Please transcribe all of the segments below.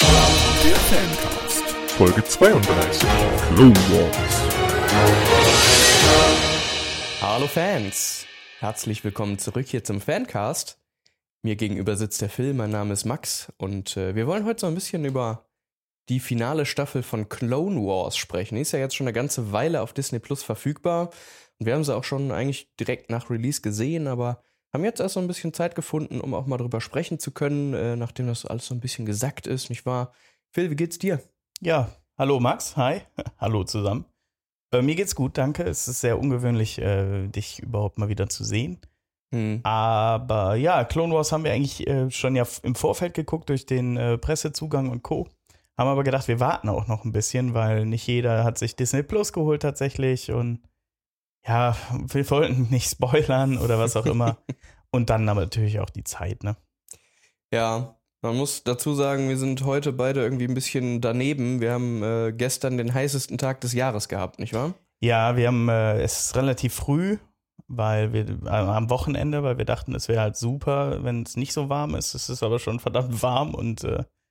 Der Fancast, Folge 32, Clone Wars. Hallo Fans, herzlich willkommen zurück hier zum Fancast. Mir gegenüber sitzt der Phil, mein Name ist Max und wir wollen heute so ein bisschen über die finale Staffel von Clone Wars sprechen. Die ist ja jetzt schon eine ganze Weile auf Disney Plus verfügbar und wir haben sie auch schon eigentlich direkt nach Release gesehen, aber haben jetzt erst so ein bisschen Zeit gefunden, um auch mal drüber sprechen zu können, nachdem das alles so ein bisschen gesackt ist, nicht wahr? Phil, wie geht's dir? Ja, hallo Max, hi, hallo zusammen. Mir geht's gut, danke. Es ist sehr ungewöhnlich, dich überhaupt mal wieder zu sehen. Aber ja, Clone Wars haben wir eigentlich schon ja im Vorfeld geguckt durch den Pressezugang und Co. Haben aber gedacht, wir warten auch noch ein bisschen, weil nicht jeder hat sich Disney Plus geholt tatsächlich und ja, wir wollten nicht spoilern oder was auch immer. Und dann aber natürlich auch die Zeit, ne? Ja, man muss dazu sagen, wir sind heute beide irgendwie ein bisschen daneben. Wir haben gestern den heißesten Tag des Jahres gehabt, nicht wahr? Ja, wir haben es relativ früh, weil wir am Wochenende, weil wir dachten, es wäre halt super, wenn es nicht so warm ist. Es ist aber schon verdammt warm und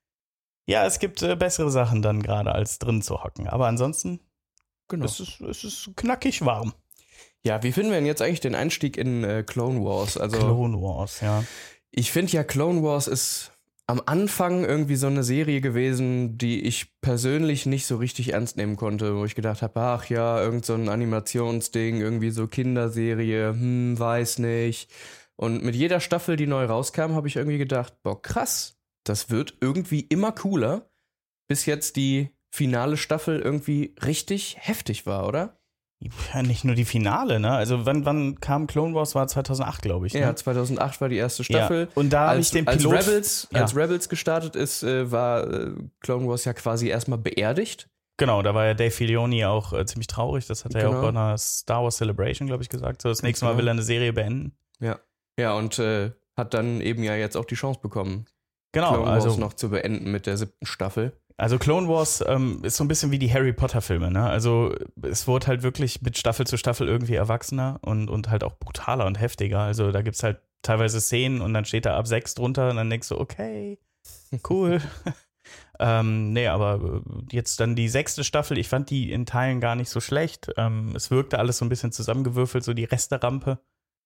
ja, es gibt bessere Sachen dann gerade als drin zu hocken. Aber ansonsten Genau. es ist knackig warm. Ja, wie finden wir denn jetzt eigentlich den Einstieg in Clone Wars? Also, Clone Wars, ja. ich finde ja, Clone Wars ist am Anfang irgendwie so eine Serie gewesen, die ich persönlich nicht so richtig ernst nehmen konnte, wo ich gedacht habe, ach ja, irgend so ein Animationsding, irgendwie so Kinderserie, weiß nicht. Und mit jeder Staffel, die neu rauskam, habe ich irgendwie gedacht, boah, krass, das wird irgendwie immer cooler, bis jetzt die finale Staffel irgendwie richtig heftig war, oder? Ja, nicht nur die Finale, ne? Also wann kam Clone Wars? War 2008, glaube ich, ne? Ja, 2008 war die erste Staffel. Ja. Und da habe ich den Pilot... Als Rebels gestartet ist, war Clone Wars ja quasi erstmal beerdigt. Genau, da war ja Dave Filoni auch ziemlich traurig. Das hat er ja auch bei einer Star Wars Celebration, glaube ich, gesagt. So, das nächste Mal will er eine Serie beenden. Ja, und hat dann eben ja jetzt auch die Chance bekommen, genau, Clone Wars noch zu beenden mit der 7. Staffel. Also Clone Wars ist so ein bisschen wie die Harry Potter Filme, ne? Also es wurde halt wirklich mit Staffel zu Staffel irgendwie erwachsener und halt auch brutaler und heftiger. Also da gibt's halt teilweise Szenen und dann steht da ab 6 drunter und dann denkst du, okay, cool. Nee, aber jetzt dann die 6. Staffel, ich fand die in Teilen gar nicht so schlecht. Es wirkte alles so ein bisschen zusammengewürfelt, so die Resterampe.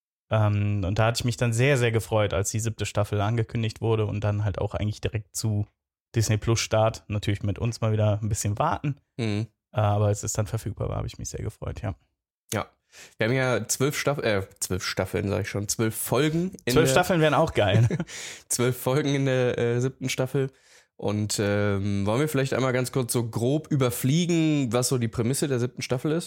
Und da hatte ich mich dann sehr, sehr gefreut, als die 7. Staffel angekündigt wurde und dann halt auch eigentlich direkt zu Disney Plus Start, natürlich mit uns mal wieder ein bisschen warten. Aber als es dann verfügbar war, habe ich mich sehr gefreut, ja. Ja, wir haben ja 12 Staffeln, sage ich schon, 12 Folgen. 12 Staffeln wären auch geil. 12 Folgen in der 7. Staffel. Und wollen wir vielleicht einmal ganz kurz so grob überfliegen, was so die Prämisse der 7. Staffel ist?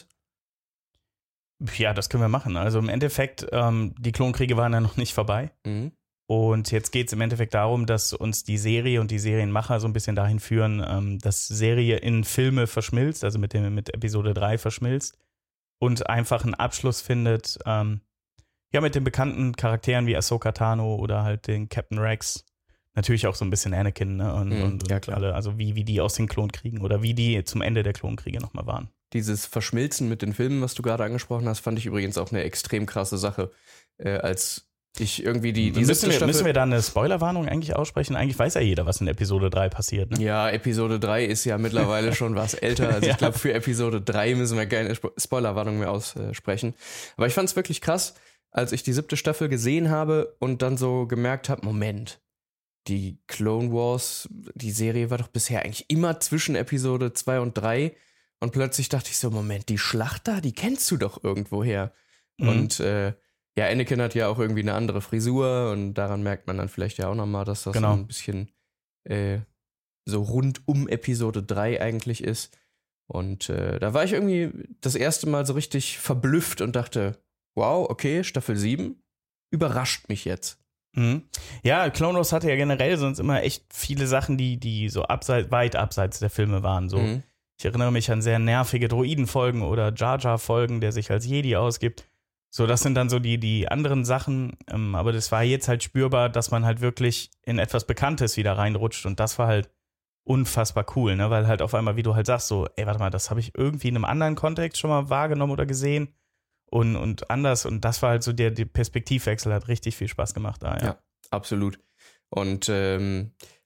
Ja, das können wir machen. Also im Endeffekt, die Klonkriege waren ja noch nicht vorbei. Und jetzt geht es im Endeffekt darum, dass uns die Serie und die Serienmacher so ein bisschen dahin führen, dass Serie in Filme verschmilzt, also mit Episode 3 verschmilzt und einfach einen Abschluss findet, ja, mit den bekannten Charakteren wie Ahsoka Tano oder halt den Captain Rex. Natürlich auch so ein bisschen Anakin, ne? Und ja, klar. alle, also wie die aus den Klonkriegen oder wie die zum Ende der Klonkriege nochmal waren. Dieses Verschmilzen mit den Filmen, was du gerade angesprochen hast, fand ich übrigens auch eine extrem krasse Sache, als ich irgendwie die müssen wir da eine Spoilerwarnung eigentlich aussprechen? Eigentlich weiß ja jeder, was in Episode 3 passiert, ne? Ja, Episode 3 ist ja mittlerweile schon was älter. Also ich glaube, für Episode 3 müssen wir keine Spoilerwarnung mehr aussprechen. Aber ich fand es wirklich krass, als ich die 7. Staffel gesehen habe und dann so gemerkt habe, Moment, die Clone Wars, die Serie war doch bisher eigentlich immer zwischen Episode 2 und 3. Und plötzlich dachte ich so, Moment, die Schlacht da, die kennst du doch irgendwoher. Und ja, Anakin hat ja auch irgendwie eine andere Frisur und daran merkt man dann vielleicht ja auch nochmal, dass das so ein bisschen so rund um Episode 3 eigentlich ist. Und da war ich irgendwie das erste Mal so richtig verblüfft und dachte, wow, okay, Staffel 7 überrascht mich jetzt. Ja, Clone Wars hatte ja generell sonst immer echt viele Sachen, die so weit abseits der Filme waren. So. Ich erinnere mich an sehr nervige Droiden-Folgen oder Jar Jar-Folgen, der sich als Jedi ausgibt. So, das sind dann so die anderen Sachen, aber das war jetzt halt spürbar, dass man halt wirklich in etwas Bekanntes wieder reinrutscht und das war halt unfassbar cool, ne, weil halt auf einmal, wie du halt sagst, so, ey, warte mal, das habe ich irgendwie in einem anderen Kontext schon mal wahrgenommen oder gesehen und anders und das war halt so der Perspektivwechsel, hat richtig viel Spaß gemacht da, ja. Ja, absolut. Und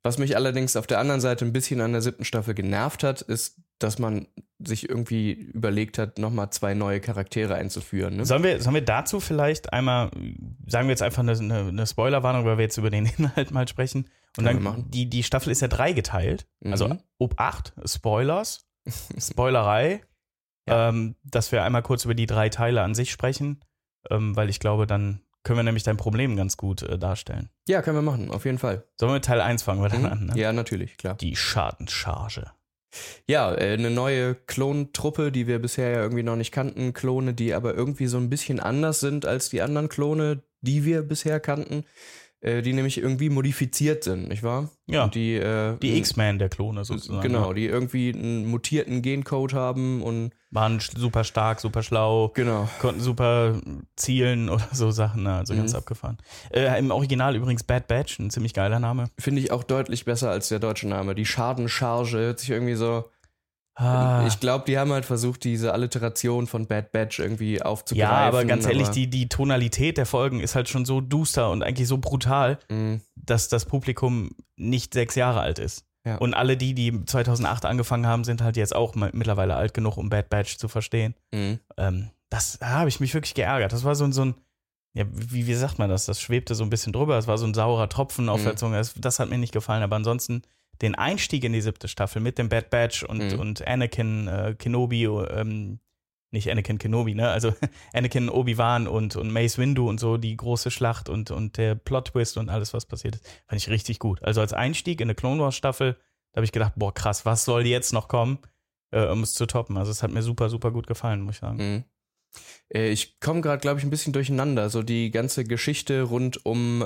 Was mich allerdings auf der anderen Seite ein bisschen an der 7. Staffel genervt hat, ist, dass man sich irgendwie überlegt hat, nochmal 2 neue Charaktere einzuführen. Ne? Sollen wir dazu vielleicht einmal, sagen wir jetzt einfach eine Spoilerwarnung, weil wir jetzt über den Inhalt mal sprechen. Und dann, die Staffel ist ja 3 geteilt. Also ob 8 Spoilers, Spoilerei, dass wir einmal kurz über die 3 Teile an sich sprechen, weil ich glaube, dann können wir nämlich dein Problem ganz gut darstellen. Ja, können wir machen, auf jeden Fall. Sollen wir mit Teil 1 fangen wir dann an? Ne? Ja, natürlich, klar. Die Schadencharge. Ja, eine neue Klontruppe, die wir bisher ja irgendwie noch nicht kannten. Klone, die aber irgendwie so ein bisschen anders sind als die anderen Klone, die wir bisher kannten. Die nämlich irgendwie modifiziert sind, nicht wahr? Ja, und die X-Men der Klone sozusagen. Genau, die irgendwie einen mutierten Gencode haben und waren super stark, super schlau, genau. Konnten super zielen oder so Sachen, also ganz abgefahren. Im Original übrigens Bad Batch, ein ziemlich geiler Name. Finde ich auch deutlich besser als der deutsche Name. Die Schadencharge hört sich irgendwie so... Ich glaube, die haben halt versucht, diese Alliteration von Bad Batch irgendwie aufzugreifen. Ja, aber ganz ehrlich, die Tonalität der Folgen ist halt schon so duster und eigentlich so brutal, dass das Publikum nicht 6 Jahre alt ist. Ja. Und alle die 2008 angefangen haben, sind halt jetzt auch mittlerweile alt genug, um Bad Batch zu verstehen. Das habe ich mich wirklich geärgert. Das war so ein ja, wie sagt man das? Das schwebte so ein bisschen drüber. Es war so ein saurer Tropfen auf der Zunge. Das hat mir nicht gefallen, aber ansonsten den Einstieg in die 7. Staffel mit dem Bad Batch und Anakin Kenobi, nicht Anakin Kenobi, ne? Also Anakin, Obi-Wan und Mace Windu und so, die große Schlacht und der Plot-Twist und alles, was passiert ist, fand ich richtig gut. Also als Einstieg in eine Clone Wars Staffel, da habe ich gedacht, boah, krass, was soll jetzt noch kommen, um es zu toppen? Also es hat mir super, super gut gefallen, muss ich sagen. Ich komme gerade, glaube ich, ein bisschen durcheinander. So die ganze Geschichte rund um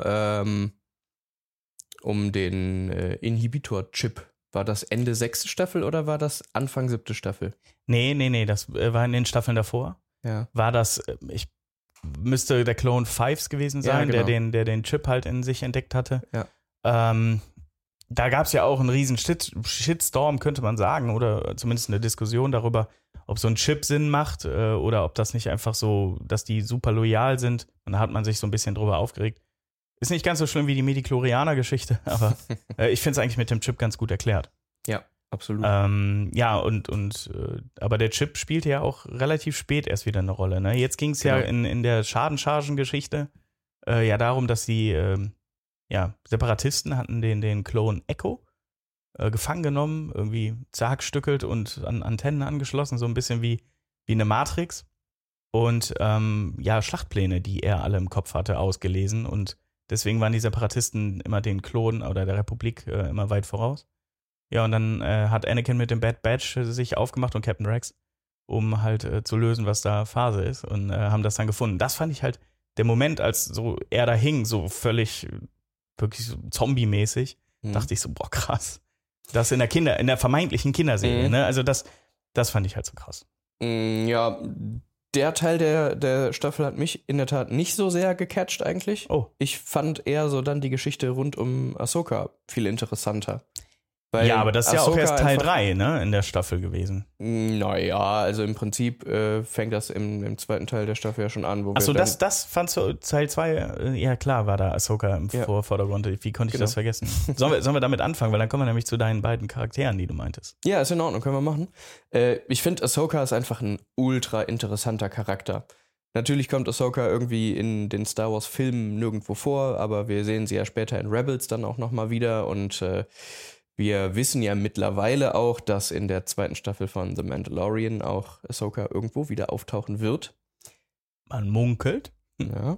den Inhibitor-Chip. War das Ende 6. Staffel oder war das Anfang 7. Staffel? Nee, das war in den Staffeln davor. Ja. War das, müsste der Clone Fives gewesen sein, ja, genau. der den Chip halt in sich entdeckt hatte. Ja. Da gab es ja auch einen riesen Shitstorm, könnte man sagen, oder zumindest eine Diskussion darüber, ob so ein Chip Sinn macht oder ob das nicht einfach so, dass die super loyal sind. Und da hat man sich so ein bisschen drüber aufgeregt. Ist nicht ganz so schlimm wie die Midi-Chlorianer-Geschichte, aber ich finde es eigentlich mit dem Chip ganz gut erklärt. Ja, absolut. Ja, aber der Chip spielte ja auch relativ spät erst wieder eine Rolle. Ne? Jetzt ging es ja in der Schadenchargen-Geschichte ja darum, dass die Separatisten hatten den Klon Echo gefangen genommen, irgendwie zerhackstückelt und an Antennen angeschlossen, so ein bisschen wie eine Matrix. Und Schlachtpläne, die er alle im Kopf hatte, ausgelesen. Und deswegen waren die Separatisten immer den Klonen oder der Republik immer weit voraus. Ja, und dann hat Anakin mit dem Bad Batch sich aufgemacht und Captain Rex, um halt zu lösen, was da Phase ist. Und haben das dann gefunden. Das fand ich halt der Moment, als so er da hing, so völlig, wirklich so zombie-mäßig, dachte ich so, boah, krass. Das in der vermeintlichen Kinderserie, ne? Also das fand ich halt so krass. Ja, der Teil der Staffel hat mich in der Tat nicht so sehr gecatcht eigentlich. Oh. Ich fand eher so dann die Geschichte rund um Ahsoka viel interessanter. Weil ja, aber das ist Ahsoka ja auch erst Teil 3, ne, in der Staffel gewesen. Naja, also im Prinzip fängt das im 2. Teil der Staffel ja schon an. Achso, das fandst du Teil 2, ja klar, war da Ahsoka im Vordergrund. Wie konnte ich das vergessen? Sollen wir damit anfangen? Weil dann kommen wir nämlich zu deinen beiden Charakteren, die du meintest. Ja, ist in Ordnung, können wir machen. Ich finde, Ahsoka ist einfach ein ultra interessanter Charakter. Natürlich kommt Ahsoka irgendwie in den Star Wars Filmen nirgendwo vor, aber wir sehen sie ja später in Rebels dann auch nochmal wieder und wir wissen ja mittlerweile auch, dass in der 2. Staffel von The Mandalorian auch Ahsoka irgendwo wieder auftauchen wird. Man munkelt. Ja.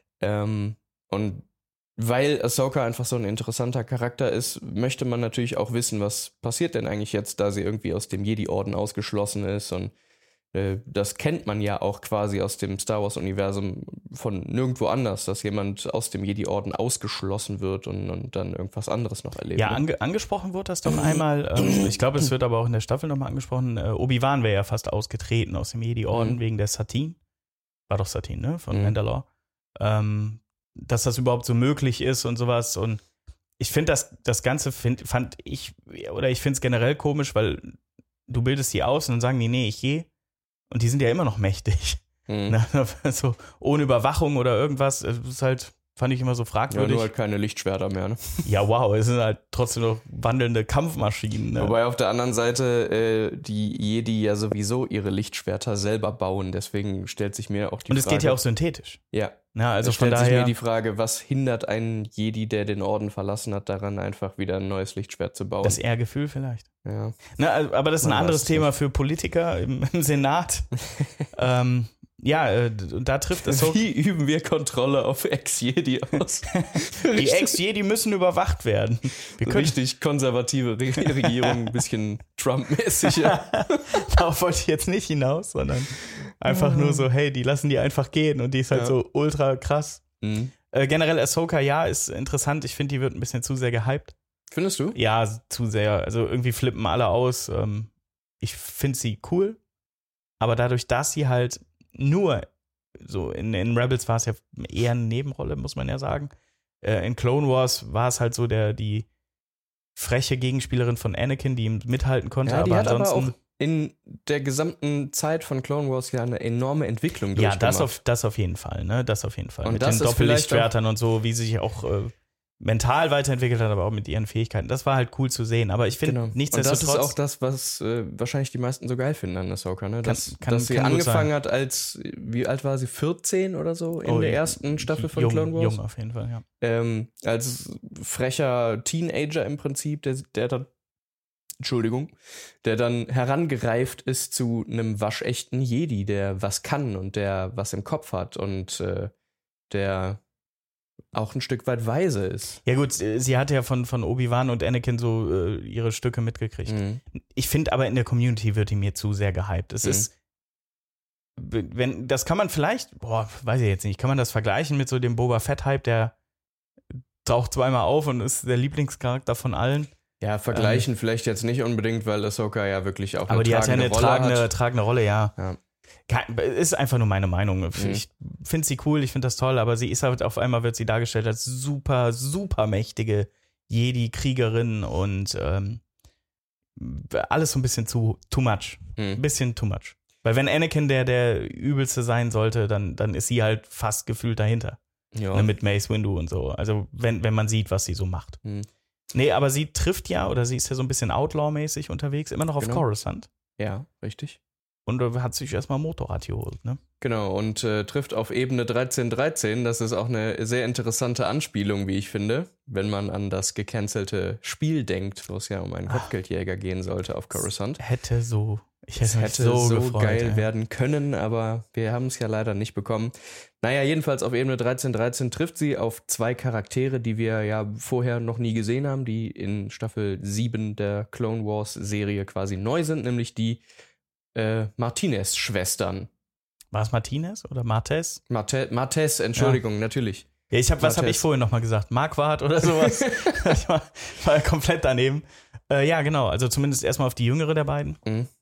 Und weil Ahsoka einfach so ein interessanter Charakter ist, möchte man natürlich auch wissen, was passiert denn eigentlich jetzt, da sie irgendwie aus dem Jedi-Orden ausgeschlossen ist. Und das kennt man ja auch quasi aus dem Star Wars-Universum von nirgendwo anders, dass jemand aus dem Jedi-Orden ausgeschlossen wird und dann irgendwas anderes noch erlebt. Ja, angesprochen wurde das doch einmal, ich glaube, es wird aber auch in der Staffel nochmal angesprochen, Obi-Wan wäre ja fast ausgetreten aus dem Jedi-Orden wegen der Satine. War doch Satine, ne? Von Mandalore. Dass das überhaupt so möglich ist und sowas. Und ich finde das Ganze, fand ich finde es generell komisch, weil du bildest die aus und dann sagen die, nee, ich gehe. Und die sind ja immer noch mächtig. Ne? Also ohne Überwachung oder irgendwas. Es ist halt Fand ich immer so Ja, fragwürdig. nur halt keine Lichtschwerter mehr, ne? Ja, wow, es sind halt trotzdem noch wandelnde Kampfmaschinen. Ne? Wobei auf der anderen Seite die Jedi ja sowieso ihre Lichtschwerter selber bauen. Deswegen stellt sich mir auch die Frage. Und es geht ja auch synthetisch. Ja. Ja, also Es von stellt sich daher. mir die Frage, was hindert einen Jedi, der den Orden verlassen hat, daran, einfach wieder ein neues Lichtschwert zu bauen? Das Ehrgefühl vielleicht. Ja. Na, aber das ist ein Man anderes weiß es Thema für Politiker im Senat. Da trifft es so. Wie üben wir Kontrolle auf Ex-Jedi aus? Die Ex-Jedi müssen überwacht werden. Wir können Richtig konservative Regierung, ein bisschen Trump-mäßiger. Darauf wollte ich jetzt nicht hinaus, sondern einfach nur so, hey, die lassen die einfach gehen und die ist halt so ultra krass. Mhm. Generell Ahsoka, ja, ist interessant. Ich finde, die wird ein bisschen zu sehr gehypt. Findest du? Ja, zu sehr. Also irgendwie flippen alle aus. Ich finde sie cool, aber dadurch, dass sie halt nur so in Rebels war es ja eher eine Nebenrolle, muss man ja sagen. In Clone Wars war es halt so die freche Gegenspielerin von Anakin, die ihm mithalten konnte. Ja, die aber hat ansonsten aber auch in der gesamten Zeit von Clone Wars ja eine enorme Entwicklung ja, durchgemacht. das auf jeden Fall, ne? Das auf jeden Fall. Und mit das den ist vielleicht Doppellichtschwertern und so, wie sie sich auch mental weiterentwickelt hat, aber auch mit ihren Fähigkeiten. Das war halt cool zu sehen. Aber ich finde, Und nichtsdestotrotz. das ist auch das, was wahrscheinlich die meisten so geil finden an Ahsoka, ne? Dass sie kann gut angefangen sein. hat als, wie alt war sie, 14 oder so in der ersten Staffel von jung, Clone Wars? Jung auf jeden Fall, ja. Als frecher Teenager im Prinzip, der dann herangereift ist zu einem waschechten Jedi, der was kann und der was im Kopf hat und der auch ein Stück weit weise ist. Ja gut, sie hatte ja von Obi-Wan und Anakin so ihre Stücke mitgekriegt. Mhm. Ich finde aber in der Community wird die mir zu sehr gehypt. Es ist, das kann man vielleicht, weiß ich jetzt nicht, kann man das vergleichen mit so dem Boba Fett-Hype, der taucht zweimal auf und ist der Lieblingscharakter von allen. Ja, vergleichen vielleicht jetzt nicht unbedingt, weil Ahsoka ja wirklich auch Aber die hat ja eine Rolle tragende Rolle, ja. Ja. Ist einfach nur meine Meinung. Ich finde sie cool, ich finde das toll, aber sie ist halt auf einmal wird sie dargestellt als super, super mächtige Jedi-Kriegerin und alles so ein bisschen too much. Ein bisschen too much. Weil wenn Anakin der Übelste sein sollte, dann ist sie halt fast gefühlt dahinter. Ja. Ne, mit Mace Windu und so. Also wenn man sieht, was sie so macht. Nee, aber sie trifft ja, oder sie ist ja so ein bisschen Outlaw-mäßig unterwegs, immer noch auf Coruscant. Ja, richtig. Und hat sich erstmal ein Motorrad geholt, ne? Genau, und trifft auf Ebene 1313. Das ist auch eine sehr interessante Anspielung, wie ich finde, wenn man an das gecancelte Spiel denkt, wo es ja um einen Kopfgeldjäger gehen sollte auf Coruscant. Hätte so gefreut, geil ja. werden können, aber wir haben es ja leider nicht bekommen. Naja, jedenfalls auf Ebene 1313 trifft sie auf zwei Charaktere, die wir ja vorher noch nie gesehen haben, die in Staffel 7 der Clone Wars Serie quasi neu sind, nämlich die Martinez-Schwestern. War es Martinez oder Martez? Martez, Entschuldigung, natürlich. Ja, was habe ich vorhin nochmal gesagt? Marquardt oder sowas? Ich war komplett daneben. Ja, genau, also zumindest erstmal auf die jüngere der beiden.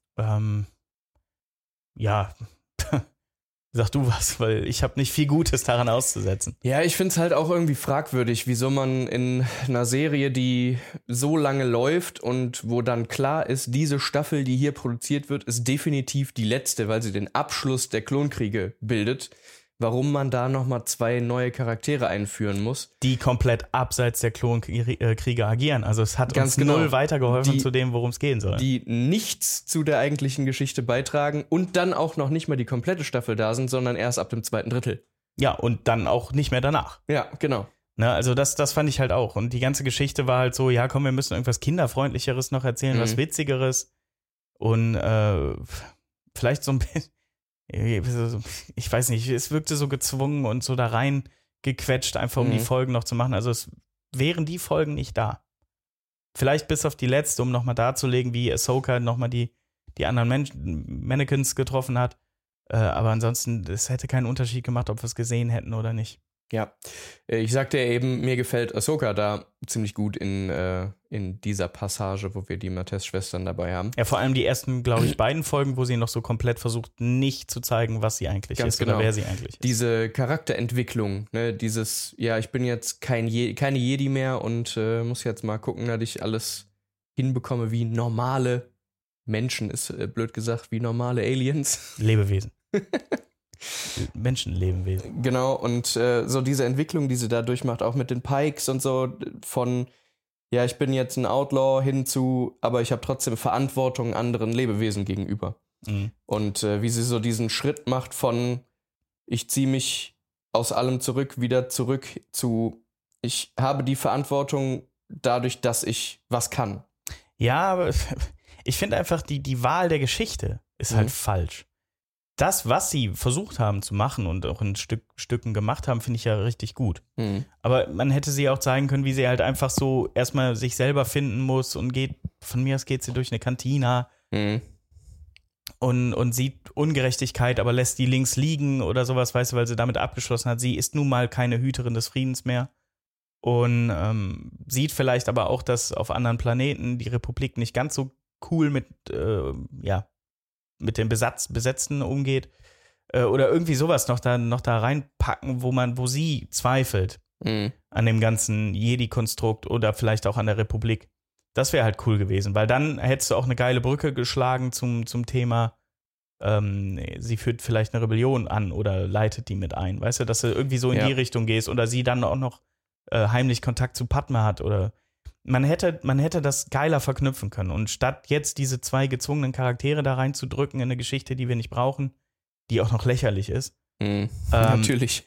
Ja, sag du was, weil ich habe nicht viel Gutes daran auszusetzen. Ja, ich finde es halt auch irgendwie fragwürdig, wieso man in einer Serie, die so lange läuft und wo dann klar ist, diese Staffel, die hier produziert wird, ist definitiv die letzte, weil sie den Abschluss der Klonkriege bildet, warum man da nochmal zwei neue Charaktere einführen muss. Die komplett abseits der Klonkriege agieren. Also es hat Ganz uns genau. null weitergeholfen zu dem, worum es gehen soll. Die nichts zu der eigentlichen Geschichte beitragen und dann auch noch nicht mal die komplette Staffel da sind, sondern erst ab dem zweiten Drittel. Ja, und dann auch nicht mehr danach. Ja, genau. Ne, also das fand ich halt auch. Und die ganze Geschichte war halt so, ja komm, wir müssen irgendwas Kinderfreundlicheres noch erzählen, was Witzigeres. Und vielleicht so ein bisschen, ich weiß nicht, es wirkte so gezwungen und so da rein gequetscht, einfach um die Folgen noch zu machen. Also es wären die Folgen nicht da. Vielleicht bis auf die letzte, um nochmal darzulegen, wie Ahsoka nochmal die anderen Mannequins getroffen hat. Aber ansonsten, es hätte keinen Unterschied gemacht, ob wir es gesehen hätten oder nicht. Ja, ich sagte ja eben, mir gefällt Ahsoka da ziemlich gut in dieser Passage, wo wir die Martez-Schwestern dabei haben. Ja, vor allem die ersten, glaube ich, beiden Folgen, wo sie noch so komplett versucht, nicht zu zeigen, was sie eigentlich Ganz ist genau. oder wer sie eigentlich ist. Diese Charakterentwicklung, ne, dieses, ja, ich bin jetzt keine Jedi mehr und muss jetzt mal gucken, dass ich alles hinbekomme wie normale Menschen, ist blöd gesagt, wie normale Aliens. Lebewesen. Menschenlebenwesen. Genau, und so diese Entwicklung, die sie da durchmacht, auch mit den Pikes und so, von, ja, ich bin jetzt ein Outlaw hin zu, aber ich habe trotzdem Verantwortung anderen Lebewesen gegenüber. Mhm. Und wie sie so diesen Schritt macht von, ich ziehe mich aus allem zurück, wieder zurück zu, ich habe die Verantwortung dadurch, dass ich was kann. Ja, aber ich finde einfach, die Wahl der Geschichte ist halt falsch. Das, was sie versucht haben zu machen und auch in Stücken gemacht haben, finde ich ja richtig gut. Mhm. Aber man hätte sie auch zeigen können, wie sie halt einfach so erstmal sich selber finden muss und von mir aus geht sie durch eine Kantina und sieht Ungerechtigkeit, aber lässt die links liegen oder sowas, weißt du, weil sie damit abgeschlossen hat. Sie ist nun mal keine Hüterin des Friedens mehr und sieht vielleicht aber auch, dass auf anderen Planeten die Republik nicht ganz so cool mit den Besetzten umgeht oder irgendwie sowas noch da reinpacken, wo sie zweifelt an dem ganzen Jedi-Konstrukt oder vielleicht auch an der Republik. Das wäre halt cool gewesen, weil dann hättest du auch eine geile Brücke geschlagen zum Thema, sie führt vielleicht eine Rebellion an oder leitet die mit ein, weißt du, dass du irgendwie so in die Richtung gehst oder sie dann auch noch heimlich Kontakt zu Padme hat oder man hätte das geiler verknüpfen können. Und statt jetzt diese 2 gezwungenen Charaktere da reinzudrücken in eine Geschichte, die wir nicht brauchen, die auch noch lächerlich ist. Natürlich.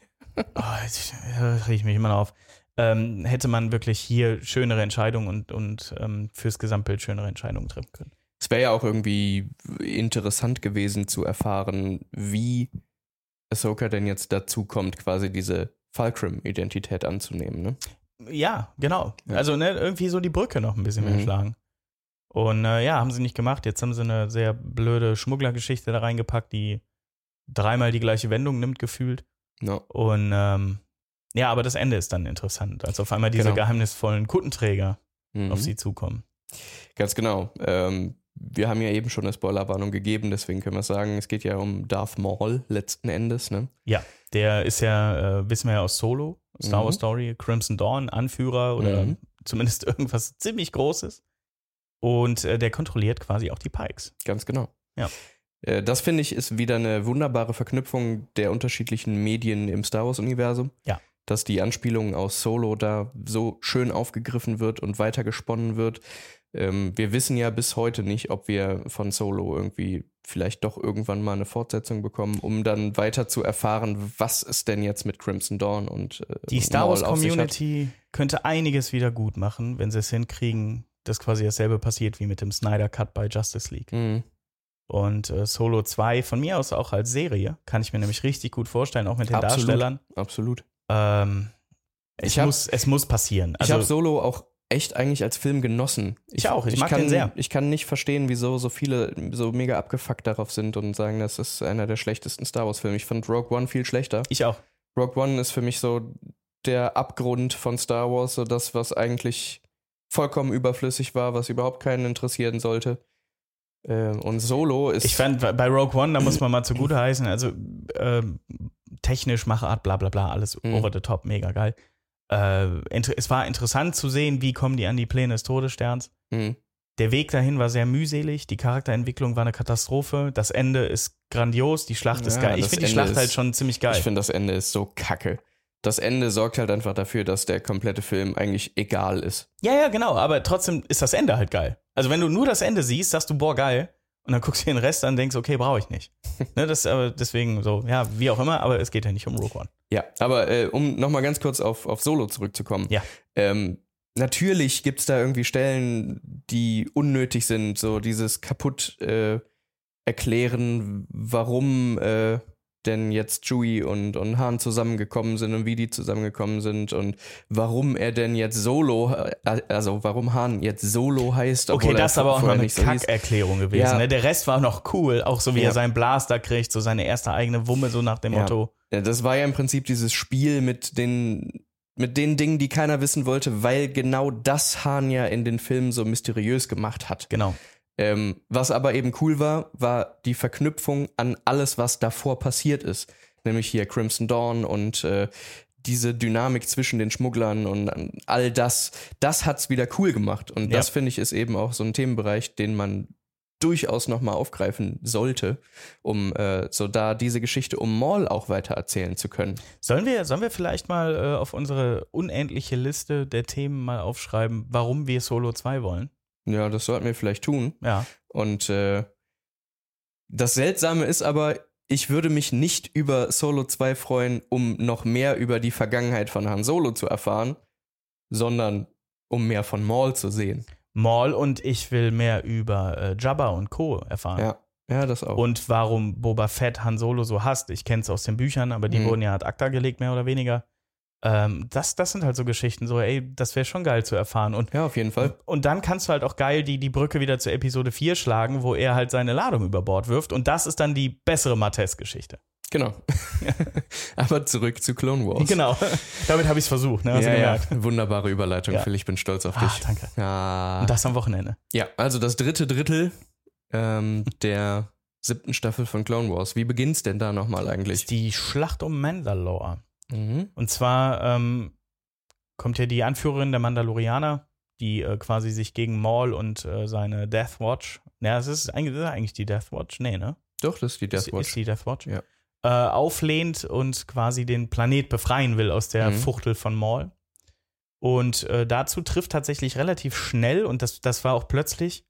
Da reg ich mich immer noch auf. Hätte man wirklich hier schönere Entscheidungen und fürs Gesamtbild schönere Entscheidungen treffen können. Es wäre ja auch irgendwie interessant gewesen zu erfahren, wie Ahsoka denn jetzt dazu kommt, quasi diese Fulcrum-Identität anzunehmen, ne? Ja, genau. Ja. Also irgendwie so die Brücke noch ein bisschen mehr schlagen. Und haben sie nicht gemacht. Jetzt haben sie eine sehr blöde Schmugglergeschichte da reingepackt, die 3-mal die gleiche Wendung nimmt, gefühlt. No. Und aber das Ende ist dann interessant, als auf einmal diese geheimnisvollen Kuttenträger auf sie zukommen. Ganz genau. Wir haben ja eben schon eine Spoilerwarnung gegeben, deswegen können wir sagen, es geht ja um Darth Maul letzten Endes, ne? Ja, der ist ja, wissen wir ja aus Solo, Star Wars Story, Crimson Dawn, Anführer oder zumindest irgendwas ziemlich Großes. Und der kontrolliert quasi auch die Pikes. Ganz genau. Ja. Das, finde ich, ist wieder eine wunderbare Verknüpfung der unterschiedlichen Medien im Star Wars-Universum. Ja. Dass die Anspielung aus Solo da so schön aufgegriffen wird und weitergesponnen wird. Wir wissen ja bis heute nicht, ob wir von Solo irgendwie vielleicht doch irgendwann mal eine Fortsetzung bekommen, um dann weiter zu erfahren, was es denn jetzt mit Crimson Dawn und die Star Wars Community könnte einiges wieder gut machen, wenn sie es hinkriegen, dass quasi dasselbe passiert wie mit dem Snyder Cut bei Justice League. Und Solo 2 von mir aus auch als Serie kann ich mir nämlich richtig gut vorstellen, auch mit den Darstellern. Absolut. Es muss passieren. Also, ich habe Solo auch echt eigentlich als Film genossen. Ich mag den sehr. Ich kann nicht verstehen, wieso so viele so mega abgefuckt darauf sind und sagen, das ist einer der schlechtesten Star Wars Filme. Ich fand Rogue One viel schlechter. Ich auch. Rogue One ist für mich so der Abgrund von Star Wars, so das, was eigentlich vollkommen überflüssig war, was überhaupt keinen interessieren sollte. Und Solo ist... Ich fand, bei Rogue One, da muss man mal zugute heißen, also technisch, Machart, bla bla bla, alles over the top, mega geil. Es war interessant zu sehen, wie kommen die an die Pläne des Todessterns. Der Weg dahin war sehr mühselig, die Charakterentwicklung war eine Katastrophe, das Ende ist grandios, die Schlacht ist geil. Ich finde die Schlacht halt schon ziemlich geil. Ich finde, das Ende ist so kacke. Das Ende sorgt halt einfach dafür, dass der komplette Film eigentlich egal ist. Ja, genau, aber trotzdem ist das Ende halt geil. Also wenn du nur das Ende siehst, sagst du, boah, geil. Und dann guckst du den Rest an und denkst, okay, brauche ich nicht. Ne, das aber deswegen so, ja, wie auch immer, aber es geht ja nicht um Rogue One. Ja, aber um nochmal ganz kurz auf Solo zurückzukommen. Ja. Natürlich gibt es da irgendwie Stellen, die unnötig sind, so dieses kaputt erklären, warum denn jetzt Chewie und Han zusammengekommen sind und wie die zusammengekommen sind und warum er denn jetzt Solo, also warum Han jetzt Solo heißt. Okay, das ist aber auch noch eine Kackerklärung gewesen. Ja. Ne? Der Rest war noch cool, auch so wie er seinen Blaster kriegt, so seine erste eigene Wumme, so nach dem Motto. Ja, das war ja im Prinzip dieses Spiel mit den Dingen, die keiner wissen wollte, weil genau das Han ja in den Filmen so mysteriös gemacht hat. Genau. Was aber eben cool war die Verknüpfung an alles, was davor passiert ist. Nämlich hier Crimson Dawn und diese Dynamik zwischen den Schmugglern und all das. Das hat's wieder cool gemacht. Und das, finde ich, ist eben auch so ein Themenbereich, den man durchaus nochmal aufgreifen sollte, um so da diese Geschichte um Maul auch weiter erzählen zu können. Sollen wir vielleicht mal auf unsere unendliche Liste der Themen mal aufschreiben, warum wir Solo 2 wollen? Ja, das sollten wir vielleicht tun. Ja. Und das Seltsame ist aber, ich würde mich nicht über Solo 2 freuen, um noch mehr über die Vergangenheit von Han Solo zu erfahren, sondern um mehr von Maul zu sehen. Maul und ich will mehr über Jabba und Co. erfahren. Ja, das auch. Und warum Boba Fett Han Solo so hasst. Ich kenne es aus den Büchern, aber die wurden ja ad acta gelegt, mehr oder weniger. Das sind halt so Geschichten, so das wäre schon geil zu erfahren. Und, ja, auf jeden Fall. Und dann kannst du halt auch geil die Brücke wieder zu Episode 4 schlagen, wo er halt seine Ladung über Bord wirft. Und das ist dann die bessere Martez-Geschichte. Genau. Aber zurück zu Clone Wars. Genau. Damit habe ich es versucht. Ne? Ja. Wunderbare Überleitung, Phil. Ich bin stolz auf dich. Danke. Ja. Und das am Wochenende. Ja, also das dritte Drittel der 7. Staffel von Clone Wars. Wie beginnt's denn da nochmal eigentlich? Die Schlacht um Mandalore. Mhm. Und zwar kommt ja die Anführerin der Mandalorianer, die quasi sich gegen Maul und seine Death Watch, das ist eigentlich die Death Watch? Nee, ne? Doch, das ist die Death Watch. Ist die Death Watch? Ja. Auflehnt und quasi den Planet befreien will aus der Fuchtel von Maul. Und dazu trifft tatsächlich relativ schnell, und das war auch plötzlich,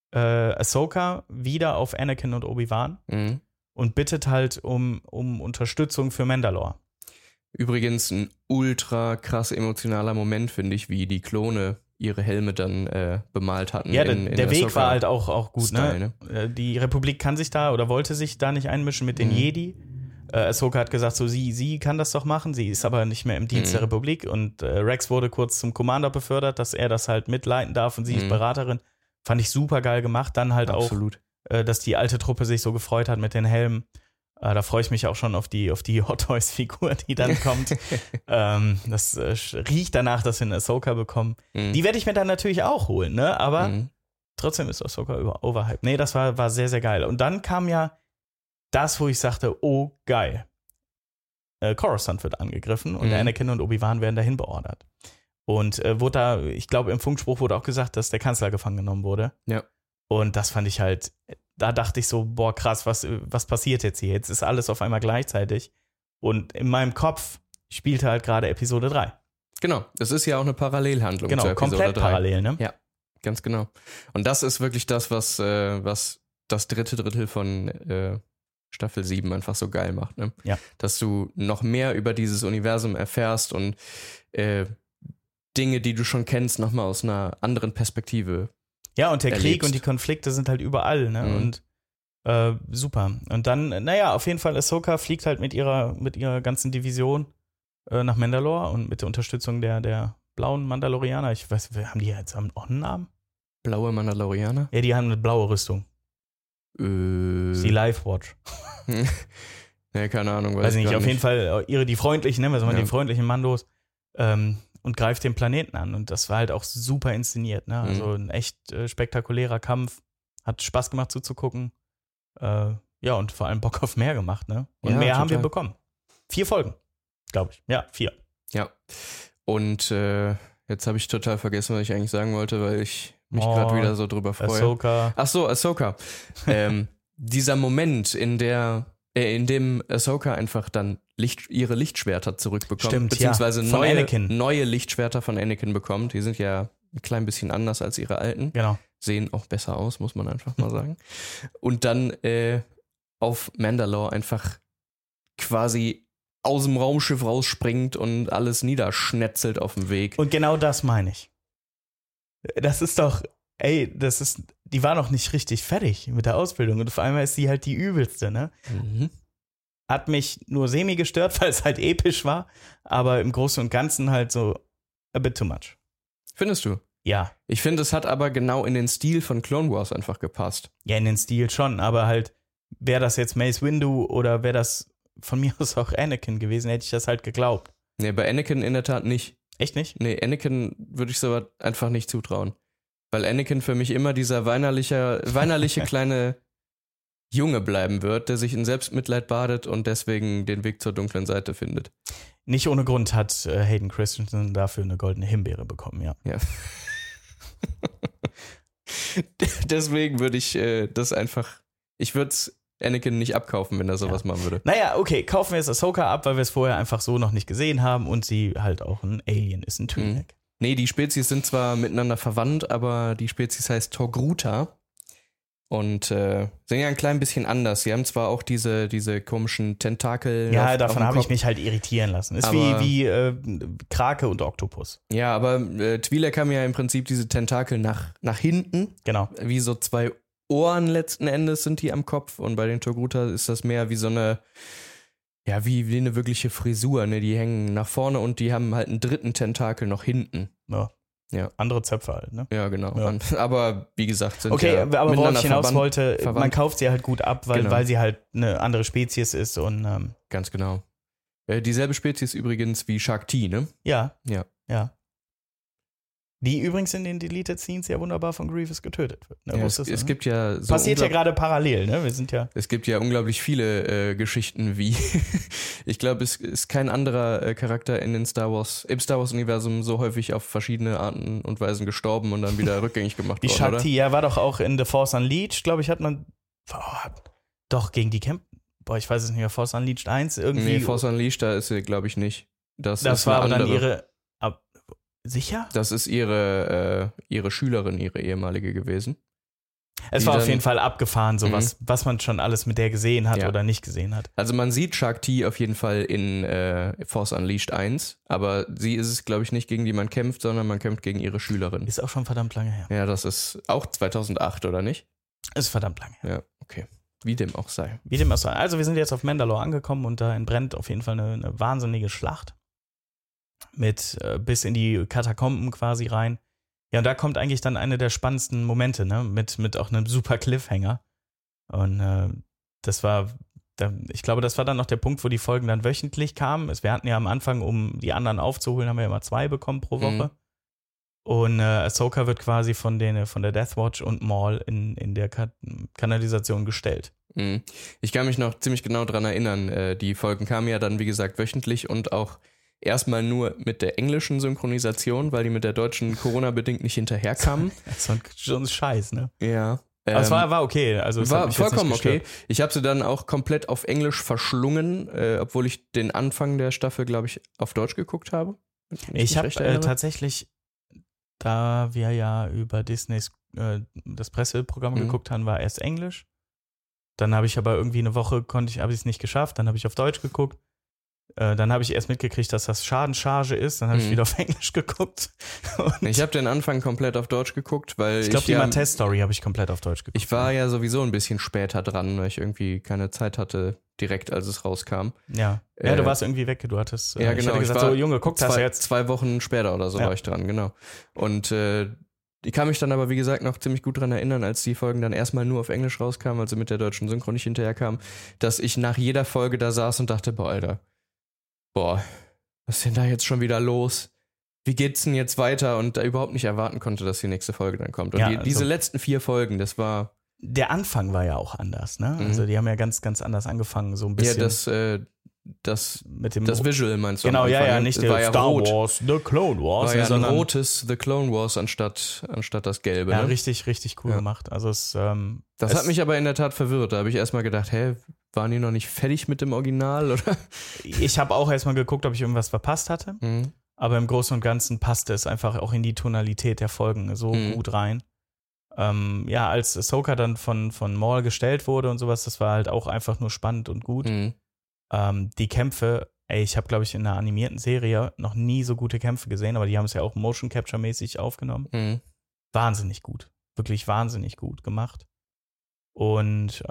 Ahsoka wieder auf Anakin und Obi-Wan und bittet halt um Unterstützung für Mandalore. Übrigens ein ultra krass emotionaler Moment, finde ich, wie die Klone ihre Helme dann bemalt hatten. Ja, der Weg war halt auch gut. Style, ne? Die Republik kann sich da oder wollte sich da nicht einmischen mit den Jedi. Ahsoka hat gesagt, so sie kann das doch machen, sie ist aber nicht mehr im Dienst der Republik, und Rex wurde kurz zum Commander befördert, dass er das halt mitleiten darf, und sie ist Beraterin. Fand ich super geil gemacht. Dann halt Absolut. auch, dass die alte Truppe sich so gefreut hat mit den Helmen. Da freue ich mich auch schon auf die Hot Toys-Figur, die dann kommt. Das riecht danach, dass wir eine Ahsoka bekommen. Die werde ich mir dann natürlich auch holen, ne? Aber trotzdem ist Ahsoka overhyped. Nee, das war sehr, sehr geil. Und dann kam ja das, wo ich sagte, oh, geil. Coruscant wird angegriffen und Anakin und Obi-Wan werden dahin beordert. Und wurde da, ich glaube, im Funkspruch wurde auch gesagt, dass der Kanzler gefangen genommen wurde. Ja. Und das fand ich halt, da dachte ich so, boah, krass, was passiert jetzt hier? Jetzt ist alles auf einmal gleichzeitig. Und in meinem Kopf spielte halt gerade Episode 3. Genau, das ist ja auch eine Parallelhandlung zu Episode komplett 3. Parallel, ne? Ja, ganz genau. Und das ist wirklich das, was das dritte Drittel von Staffel 7 einfach so geil macht, ne? Ja. Dass du noch mehr über dieses Universum erfährst und Dinge, die du schon kennst, nochmal aus einer anderen Perspektive. Ja, und der Krieg und die Konflikte sind halt überall, ne? Und super. Und dann, naja, auf jeden Fall, Ahsoka fliegt halt mit ihrer ganzen Division nach Mandalore und mit der Unterstützung der blauen Mandalorianer. Ich weiß, haben die jetzt auch einen Namen? Blaue Mandalorianer? Ja, die haben eine blaue Rüstung. Die Life Watch. Ja, keine Ahnung. Weiß ich nicht, auf jeden Fall die freundlichen, ne? Was waren die freundlichen Mandos? Und greift den Planeten an. Und das war halt auch super inszeniert, ne? Also ein echt spektakulärer Kampf. Hat Spaß gemacht zuzugucken. Ja, und vor allem Bock auf mehr gemacht, ne? Und mehr haben wir bekommen. 4 Folgen, glaube ich. Ja, 4. Ja. Und jetzt habe ich total vergessen, was ich eigentlich sagen wollte, weil ich mich gerade wieder so drüber freue. Ahsoka. Ach so, Ahsoka. Dieser Moment, in dem Ahsoka einfach dann ihre Lichtschwerter zurückbekommt. Stimmt, beziehungsweise ja. neue Lichtschwerter von Anakin bekommt. Die sind ja ein klein bisschen anders als ihre alten. Genau. Sehen auch besser aus, muss man einfach mal sagen. Und dann auf Mandalore einfach quasi aus dem Raumschiff rausspringt und alles niederschnetzelt auf dem Weg. Und genau das meine ich. Das ist doch, die war noch nicht richtig fertig mit der Ausbildung, und auf einmal ist sie halt die übelste, ne? Hat mich nur semi gestört, weil es halt episch war, aber im Großen und Ganzen halt so a bit too much. Findest du? Ja. Ich finde, es hat aber genau in den Stil von Clone Wars einfach gepasst. Ja, in den Stil schon, aber halt, wäre das jetzt Mace Windu oder wäre das von mir aus auch Anakin gewesen, hätte ich das halt geglaubt. Nee, bei Anakin in der Tat nicht. Echt nicht? Nee, Anakin würde ich so einfach nicht zutrauen. Weil Anakin für mich immer dieser weinerliche kleine Junge bleiben wird, der sich in Selbstmitleid badet und deswegen den Weg zur dunklen Seite findet. Nicht ohne Grund hat Hayden Christensen dafür eine goldene Himbeere bekommen, ja. Ja. Deswegen würde ich das einfach, ich würde es Anakin nicht abkaufen, wenn er sowas machen würde. Naja, okay, kaufen wir jetzt Ahsoka ab, weil wir es vorher einfach so noch nicht gesehen haben und sie halt auch ein Alien ist, ein Twi'lek. Nee, die Spezies sind zwar miteinander verwandt, aber die Spezies heißt Togruta und sind ja ein klein bisschen anders. Sie haben zwar auch diese komischen Tentakel. Ja, davon habe ich mich halt irritieren lassen. Ist wie Krake und Oktopus. Ja, aber Twi'lek haben ja im Prinzip diese Tentakel nach hinten. Genau. Wie so zwei Ohren letzten Endes sind die am Kopf und bei den Togruta ist das mehr wie so eine, ja, wie eine wirkliche Frisur, ne? Die hängen nach vorne und die haben halt einen dritten Tentakel noch hinten. Ja. Andere Zöpfe halt, ne? Ja, genau. Ja. Aber wie gesagt, sind okay, ja aber worauf ich hinaus verwandt. wollte, man kauft sie halt gut ab, weil sie halt eine andere Spezies ist und ganz genau. Dieselbe Spezies übrigens wie Shakti, ne? Ja. Ja. Die übrigens in den Deleted Scenes ja wunderbar von Grievous getötet wird. Ne? Ja, es gibt ja so passiert ja gerade parallel, ne? Wir sind ja. Es gibt ja unglaublich viele Geschichten wie, ich glaube, es ist kein anderer Charakter im Star Wars-Universum so häufig auf verschiedene Arten und Weisen gestorben und dann wieder rückgängig gemacht Die worden, Shakti, oder? ja, war doch auch in The Force Unleashed, glaube ich, hat man doch gegen die Camp. Ich weiß es nicht mehr, Force Unleashed 1 irgendwie. Nee, Force Unleashed, da ist sie, glaube ich, nicht. Das war aber dann ihre. Sicher? Das ist ihre Schülerin, ihre ehemalige gewesen. Es war auf jeden Fall abgefahren, so was man schon alles mit der gesehen hat oder nicht gesehen hat. Also man sieht Shakti auf jeden Fall in Force Unleashed 1, aber sie ist es, glaube ich, nicht, gegen die man kämpft, sondern man kämpft gegen ihre Schülerin. Ist auch schon verdammt lange her. Ja, das ist auch 2008, oder nicht? Ist verdammt lange her. Ja, okay. Wie dem auch sei. Also wir sind jetzt auf Mandalore angekommen und da entbrennt auf jeden Fall eine wahnsinnige Schlacht. Mit bis in die Katakomben quasi rein. Ja, und da kommt eigentlich dann eine der spannendsten Momente, ne? Mit auch einem super Cliffhanger. Und ich glaube, das war dann noch der Punkt, wo die Folgen dann wöchentlich kamen. Wir hatten ja am Anfang, um die anderen aufzuholen, haben wir immer 2 bekommen pro Woche. Und Ahsoka wird quasi von der Death Watch und Maul in der Kanalisation gestellt. Ich kann mich noch ziemlich genau dran erinnern. Die Folgen kamen ja dann, wie gesagt, wöchentlich und auch erstmal nur mit der englischen Synchronisation, weil die mit der deutschen Corona-bedingt nicht hinterherkamen. Das war schon Scheiß, ne? Ja. Aber es war okay. Also es war hat mich vollkommen jetzt nicht okay. Ich habe sie dann auch komplett auf Englisch verschlungen, obwohl ich den Anfang der Staffel, glaube ich, auf Deutsch geguckt habe. Ich habe tatsächlich, da wir ja über Disneys das Presseprogramm geguckt haben, war erst Englisch. Dann habe ich aber irgendwie eine Woche habe ich es nicht geschafft. Dann habe ich auf Deutsch geguckt. Dann habe ich erst mitgekriegt, dass das Schadenscharge ist. Dann habe ich wieder auf Englisch geguckt. Ich habe den Anfang komplett auf Deutsch geguckt, weil ich glaube, die Mattel-Story habe ich komplett auf Deutsch geguckt. Ich war ja sowieso ein bisschen später dran, weil ich irgendwie keine Zeit hatte, direkt als es rauskam. Ja, du warst irgendwie weg. Du hattest ja, genau. Ich hatte gesagt, so Junge, guck das jetzt. 2 Wochen später oder so war ich dran, genau. Und ich kann mich dann aber, wie gesagt, noch ziemlich gut dran erinnern, als die Folgen dann erstmal nur auf Englisch rauskamen, also mit der deutschen Synchro nicht hinterherkamen, dass ich nach jeder Folge da saß und dachte, was ist denn da jetzt schon wieder los? Wie geht's denn jetzt weiter? Und da überhaupt nicht erwarten konnte, dass die nächste Folge dann kommt. Und diese letzten 4 Folgen, das war... Der Anfang war ja auch anders, ne? Also die haben ja ganz, ganz anders angefangen, so ein bisschen. Ja, das Visual meinst du? Genau, ja, nicht der Star Wars, The Clone Wars. War ja ein rotes The Clone Wars anstatt das gelbe. Ja, ne? richtig, richtig cool gemacht. Also das hat mich aber in der Tat verwirrt. Da habe ich erstmal gedacht, waren die noch nicht fertig mit dem Original, oder? Ich habe auch erstmal geguckt, ob ich irgendwas verpasst hatte. Aber im Großen und Ganzen passte es einfach auch in die Tonalität der Folgen so gut rein. Als Ahsoka dann von Maul gestellt wurde und sowas, das war halt auch einfach nur spannend und gut. Die Kämpfe, ich habe, glaube ich, in einer animierten Serie noch nie so gute Kämpfe gesehen, aber die haben es ja auch Motion Capture-mäßig aufgenommen. Wahnsinnig gut. Wirklich wahnsinnig gut gemacht. Und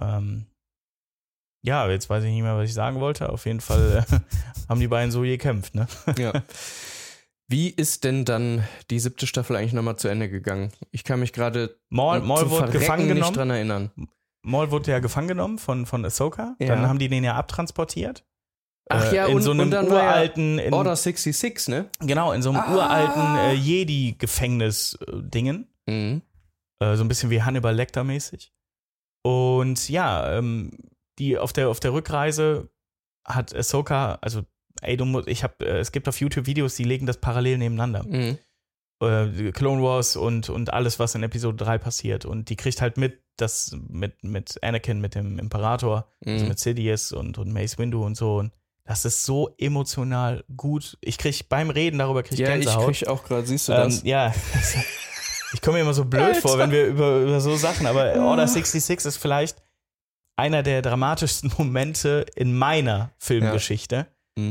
jetzt weiß ich nicht mehr, was ich sagen wollte. Auf jeden Fall haben die beiden so gekämpft, ne? Ja. Wie ist denn dann die 7. Staffel eigentlich nochmal zu Ende gegangen? Ich kann mich gerade Maul wurde gefangen genommen. Nicht dran erinnern. Maul wurde ja gefangen genommen von Ahsoka. Ja. Dann haben die den ja abtransportiert. Ach ja, in so einem und dann uralten Order 66, ne? Genau, in so einem uralten Jedi-Gefängnis-Dingen. So ein bisschen wie Hannibal Lecter-mäßig. Und die auf der Rückreise hat Ahsoka, also es gibt auf YouTube Videos, die legen das parallel nebeneinander. Clone Wars und alles, was in Episode 3 passiert. Und die kriegt halt mit, dass mit Anakin, mit dem Imperator, also mit Sidious und Mace Windu und so. Und das ist so emotional gut. Ich krieg beim Reden darüber Gänsehaut. Ja, ich krieg auch gerade, siehst du das? Ja, ich komme mir immer so blöd vor, wenn wir über so Sachen, aber Order 66 ist vielleicht einer der dramatischsten Momente in meiner Filmgeschichte.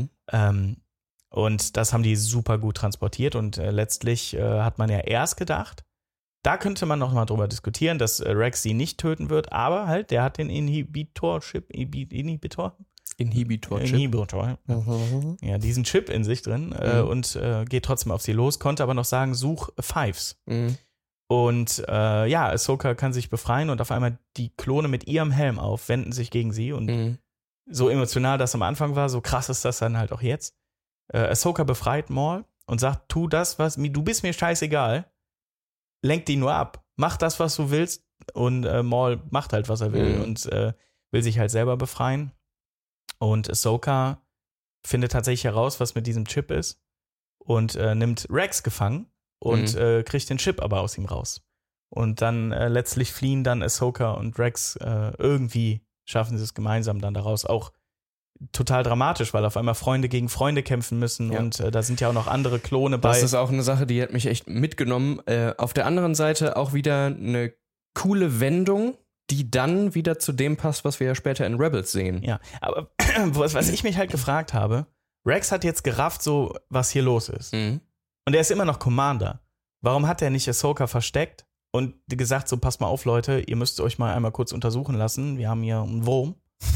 Und das haben die super gut transportiert und letztlich hat man ja erst gedacht, da könnte man noch mal drüber diskutieren, dass Rex sie nicht töten wird, aber halt, der hat den Inhibitor-Chip. Ja, diesen Chip in sich drin und geht trotzdem auf sie los, konnte aber noch sagen, such Fives. Und Ahsoka kann sich befreien und auf einmal die Klone mit ihrem Helm auf, wenden sich gegen sie und so emotional das am Anfang war, so krass ist das dann halt auch jetzt. Ahsoka befreit Maul und sagt, tu das, du bist mir scheißegal, lenk die nur ab, mach das, was du willst und Maul macht halt, was er will und will sich halt selber befreien. Und Ahsoka findet tatsächlich heraus, was mit diesem Chip ist und nimmt Rex gefangen und kriegt den Chip aber aus ihm raus. Und dann letztlich fliehen dann Ahsoka und Rex irgendwie, schaffen sie es gemeinsam dann daraus. Auch total dramatisch, weil auf einmal Freunde gegen Freunde kämpfen müssen und da sind ja auch noch andere Klone bei. Das ist auch eine Sache, die hat mich echt mitgenommen. Auf der anderen Seite auch wieder eine coole Wendung, die dann wieder zu dem passt, was wir ja später in Rebels sehen. Ja, aber was ich mich halt gefragt habe, Rex hat jetzt gerafft, so was hier los ist. Und er ist immer noch Commander. Warum hat er nicht Ahsoka versteckt und gesagt, so passt mal auf, Leute, ihr müsst euch mal einmal kurz untersuchen lassen, wir haben hier einen Wurm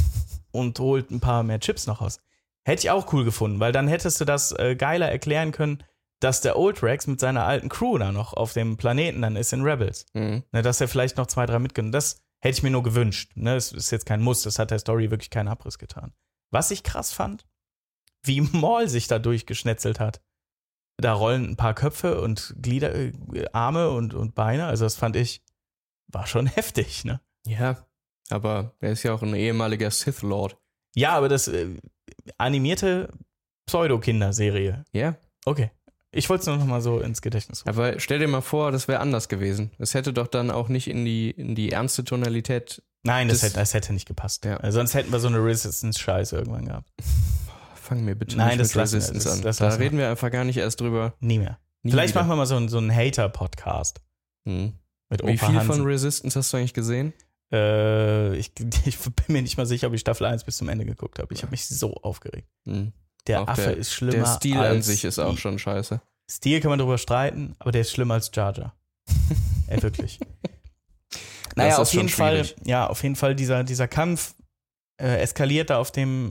und holt ein paar mehr Chips noch raus. Hätte ich auch cool gefunden, weil dann hättest du das geiler erklären können, dass der Old Rex mit seiner alten Crew da noch auf dem Planeten dann ist in Rebels. Dass er vielleicht noch 2, 3 mitgenommen. Das hätte ich mir nur gewünscht. Ne? Das ist jetzt kein Muss, das hat der Story wirklich keinen Abriss getan. Was ich krass fand, wie Maul sich da durchgeschnetzelt hat. Da rollen ein paar Köpfe und Glieder, Arme und Beine. Also das fand ich, war schon heftig, ne? Ja, aber er ist ja auch ein ehemaliger Sith Lord. Ja, aber das animierte Pseudo-Kinderserie. Ja. Okay. Ich wollte es nur noch mal so ins Gedächtnis rufen. Aber stell dir mal vor, das wäre anders gewesen. Es hätte doch dann auch nicht in die ernste Tonalität. Nein, das hätte nicht gepasst. Ja. Sonst hätten wir so eine Resistance-Scheiße irgendwann gehabt. Fangen wir bitte nicht mit Resistance an. Da reden wir einfach gar nicht erst drüber. Nie mehr. Vielleicht machen wir mal so einen Hater-Podcast. Mit Wie viel Hansen. Von Resistance hast du eigentlich gesehen? Ich bin mir nicht mal sicher, ob ich Staffel 1 bis zum Ende geguckt habe. Ich habe mich so aufgeregt. Der auch Affe ist schlimmer. Der Stil an sich ist auch schon scheiße. Stil kann man drüber streiten, aber der ist schlimmer als Jar Jar. Wirklich. Naja, auf jeden Fall dieser Kampf eskaliert da auf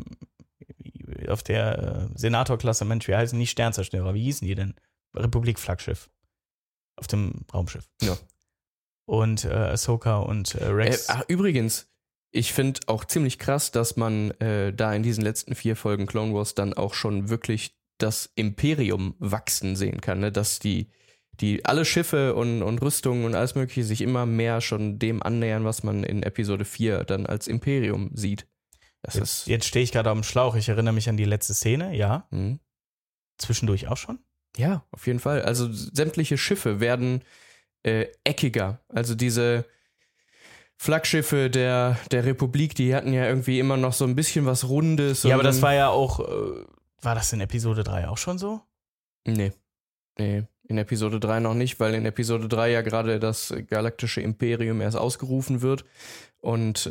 der Senatorklasse, Mensch, wie heißen die? Sternzerstörer, wie hießen die denn? Republik-Flaggschiff. Auf dem Raumschiff. Ja. Und Ahsoka und Rex. Übrigens, ich finde auch ziemlich krass, dass man da in diesen letzten 4 Folgen Clone Wars dann auch schon wirklich das Imperium wachsen sehen kann, ne? Dass die alle Schiffe und Rüstungen und alles mögliche sich immer mehr schon dem annähern, was man in Episode 4 dann als Imperium sieht. Jetzt stehe ich gerade auf dem Schlauch, ich erinnere mich an die letzte Szene, ja. Zwischendurch auch schon? Ja, auf jeden Fall. Also sämtliche Schiffe werden eckiger. Also diese Flaggschiffe der Republik, die hatten ja irgendwie immer noch so ein bisschen was Rundes. Ja, aber das war ja auch, war das in Episode 3 auch schon so? Nee, in Episode 3 noch nicht, weil in Episode 3 ja gerade das galaktische Imperium erst ausgerufen wird und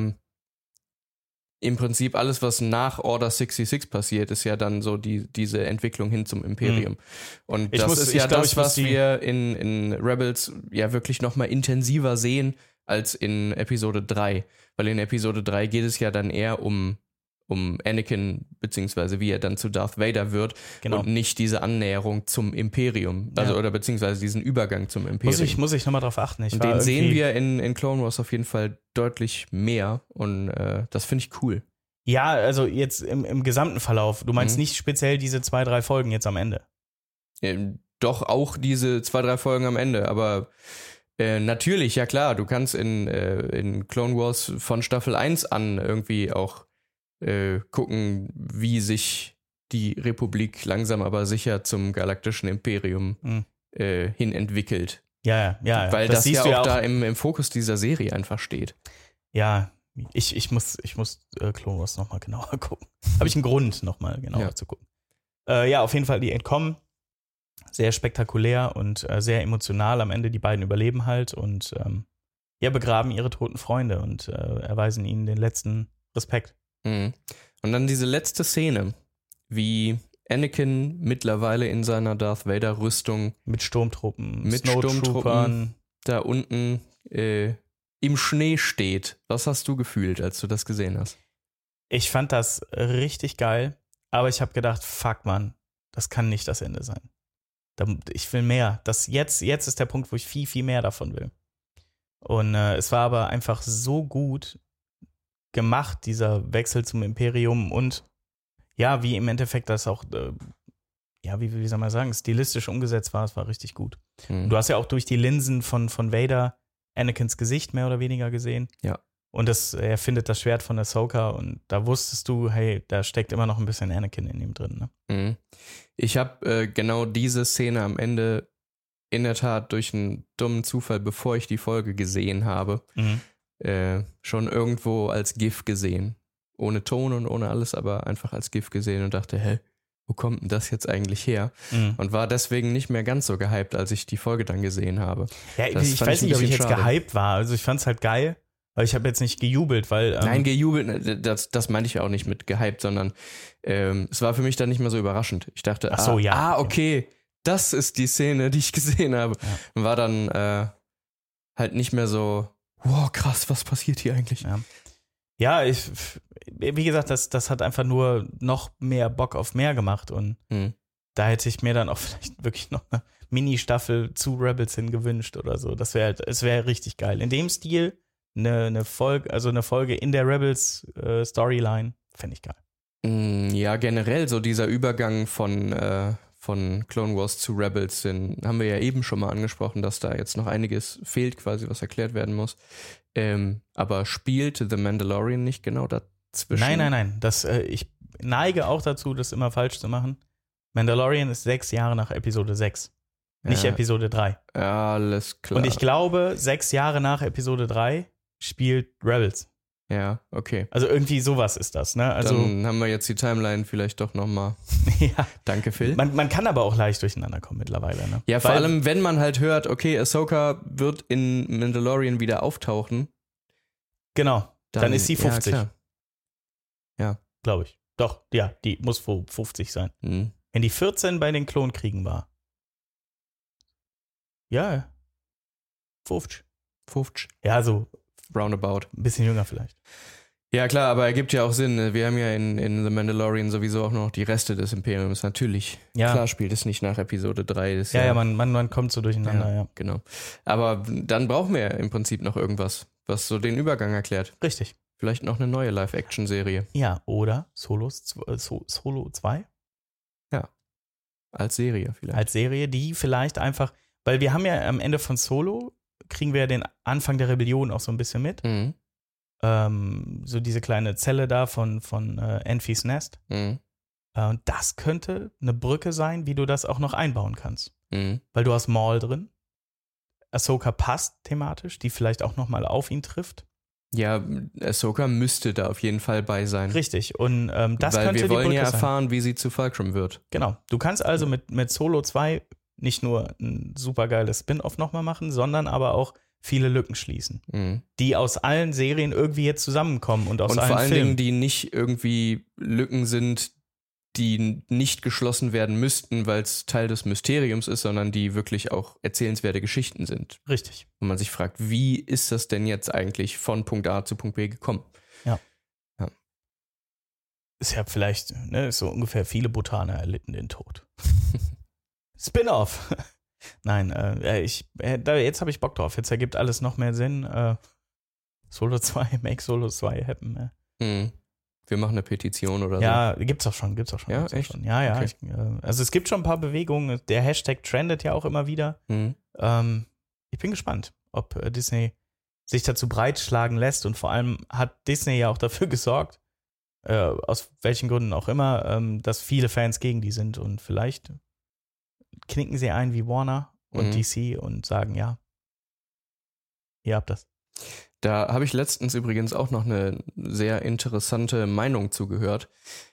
im Prinzip alles, was nach Order 66 passiert, ist ja dann so diese Entwicklung hin zum Imperium. Und das ist ja das, was wir in Rebels ja wirklich nochmal intensiver sehen als in Episode 3. Weil in Episode 3 geht es ja dann eher um Anakin, beziehungsweise wie er dann zu Darth Vader wird, und nicht diese Annäherung zum Imperium. Also, oder beziehungsweise diesen Übergang zum Imperium. Muss ich nochmal drauf achten. Und den sehen wir in Clone Wars auf jeden Fall deutlich mehr und das finde ich cool. Ja, also jetzt im gesamten Verlauf. Du meinst nicht speziell diese 2, 3 Folgen jetzt am Ende? Doch, auch diese 2, 3 Folgen am Ende, aber natürlich, ja klar, du kannst in Clone Wars von Staffel 1 an irgendwie auch gucken, wie sich die Republik langsam aber sicher zum galaktischen Imperium hin entwickelt. Ja. Weil das ja auch da im Fokus dieser Serie einfach steht. Ja, ich muss Clone Wars nochmal genauer gucken. Habe ich einen Grund, nochmal genauer zu gucken. Ja, auf jeden Fall, die entkommen. Sehr spektakulär und sehr emotional. Am Ende die beiden überleben halt und begraben ihre toten Freunde und erweisen ihnen den letzten Respekt. Mhm. Und dann diese letzte Szene, wie Anakin mittlerweile in seiner Darth Vader-Rüstung mit Sturmtruppen, Sturmtruppen da unten im Schnee steht. Was hast du gefühlt, als du das gesehen hast? Ich fand das richtig geil, aber ich habe gedacht, fuck man, das kann nicht das Ende sein. Ich will mehr. Jetzt ist der Punkt, wo ich viel, viel mehr davon will. Und es war aber einfach so gut gemacht, dieser Wechsel zum Imperium und ja, wie im Endeffekt das auch, wie soll man sagen, stilistisch umgesetzt war, es war richtig gut. Du hast ja auch durch die Linsen von Vader Anakins Gesicht mehr oder weniger gesehen. Ja. Und er findet das Schwert von Ahsoka und da wusstest du, hey, da steckt immer noch ein bisschen Anakin in ihm drin. Ne? Ich habe genau diese Szene am Ende in der Tat durch einen dummen Zufall, bevor ich die Folge gesehen habe, schon irgendwo als GIF gesehen. Ohne Ton und ohne alles, aber einfach als GIF gesehen und dachte, wo kommt denn das jetzt eigentlich her? Und war deswegen nicht mehr ganz so gehypt, als ich die Folge dann gesehen habe. Ja, ich weiß nicht, ob ich jetzt gehypt war. Also ich fand's halt geil, aber ich habe jetzt nicht gejubelt, weil... Nein, gejubelt, das meinte ich auch nicht mit gehypt, sondern es war für mich dann nicht mehr so überraschend. Ich dachte, okay, das ist die Szene, die ich gesehen habe. Ja. Und war dann halt nicht mehr so, wow, krass, was passiert hier eigentlich? Ja, wie gesagt, das hat einfach nur noch mehr Bock auf mehr gemacht und da hätte ich mir dann auch vielleicht wirklich noch eine Mini-Staffel zu Rebels hin gewünscht oder so. Es wäre richtig geil. In dem Stil eine Folge in der Rebels Storyline, fände ich geil. Ja, generell so dieser Übergang von Clone Wars zu Rebels haben wir ja eben schon mal angesprochen, dass da jetzt noch einiges fehlt, quasi, was erklärt werden muss. Aber spielt The Mandalorian nicht genau dazwischen? Nein. Ich neige auch dazu, das immer falsch zu machen. Mandalorian ist 6 Jahre nach Episode 6, nicht Episode 3. Ja, alles klar. Und ich glaube, 6 Jahre nach Episode 3 spielt Rebels. Ja, okay. Also irgendwie sowas ist das, ne? Also, dann haben wir jetzt die Timeline vielleicht doch nochmal. Ja. Danke, Phil. Man kann aber auch leicht durcheinander kommen mittlerweile, ne? Ja, vor allem, wenn man halt hört, okay, Ahsoka wird in Mandalorian wieder auftauchen. Genau, dann ist sie 50. Ja. Glaube ich. Doch, ja, die muss 50 sein. Wenn die 14 bei den Klonkriegen war. Ja. 50. Ja, so roundabout. Ein bisschen jünger vielleicht. Ja, klar, aber ergibt ja auch Sinn. Wir haben ja in The Mandalorian sowieso auch noch die Reste des Imperiums. Natürlich. Ja. Klar spielt es nicht nach Episode 3. Man kommt so durcheinander, ja. Genau. Aber dann brauchen wir im Prinzip noch irgendwas, was so den Übergang erklärt. Richtig. Vielleicht noch eine neue Live-Action-Serie. Ja, oder Solo 2? Ja. Als Serie vielleicht. Als Serie, die vielleicht einfach, weil wir haben ja am Ende von Solo, kriegen wir ja den Anfang der Rebellion auch so ein bisschen mit. So diese kleine Zelle da von Enfys Nest. Und das könnte eine Brücke sein, wie du das auch noch einbauen kannst. Weil du hast Maul drin. Ahsoka passt thematisch, die vielleicht auch nochmal auf ihn trifft. Ja, Ahsoka müsste da auf jeden Fall bei sein. Richtig. Und das weil könnte die Brücke sein. Wir wollen ja erfahren, wie sie zu Fulcrum wird. Genau. Du kannst also mit Solo 2 nicht nur ein supergeiles Spin-Off nochmal machen, sondern aber auch viele Lücken schließen, die aus allen Serien irgendwie jetzt zusammenkommen und aus allen Filmen. Und vor allen Dingen, die nicht irgendwie Lücken sind, die nicht geschlossen werden müssten, weil es Teil des Mysteriums ist, sondern die wirklich auch erzählenswerte Geschichten sind. Richtig. Und man sich fragt, wie ist das denn jetzt eigentlich von Punkt A zu Punkt B gekommen? Ja. Ist ja vielleicht, so ungefähr viele Botaner erlitten den Tod. Spin-off. Nein, jetzt habe ich Bock drauf. Jetzt ergibt alles noch mehr Sinn. Solo 2, make Solo 2 happen. Wir machen eine Petition oder so. Ja, gibt's auch schon. Ja, echt? Schon. Ja. Okay. Also es gibt schon ein paar Bewegungen. Der Hashtag trendet ja auch immer wieder. Ich bin gespannt, ob Disney sich dazu breitschlagen lässt. Und vor allem hat Disney ja auch dafür gesorgt, aus welchen Gründen auch immer, dass viele Fans gegen die sind. Und vielleicht knicken sie ein wie Warner und DC und sagen, ja, ihr habt das. Da habe ich letztens übrigens auch noch eine sehr interessante Meinung zugehört.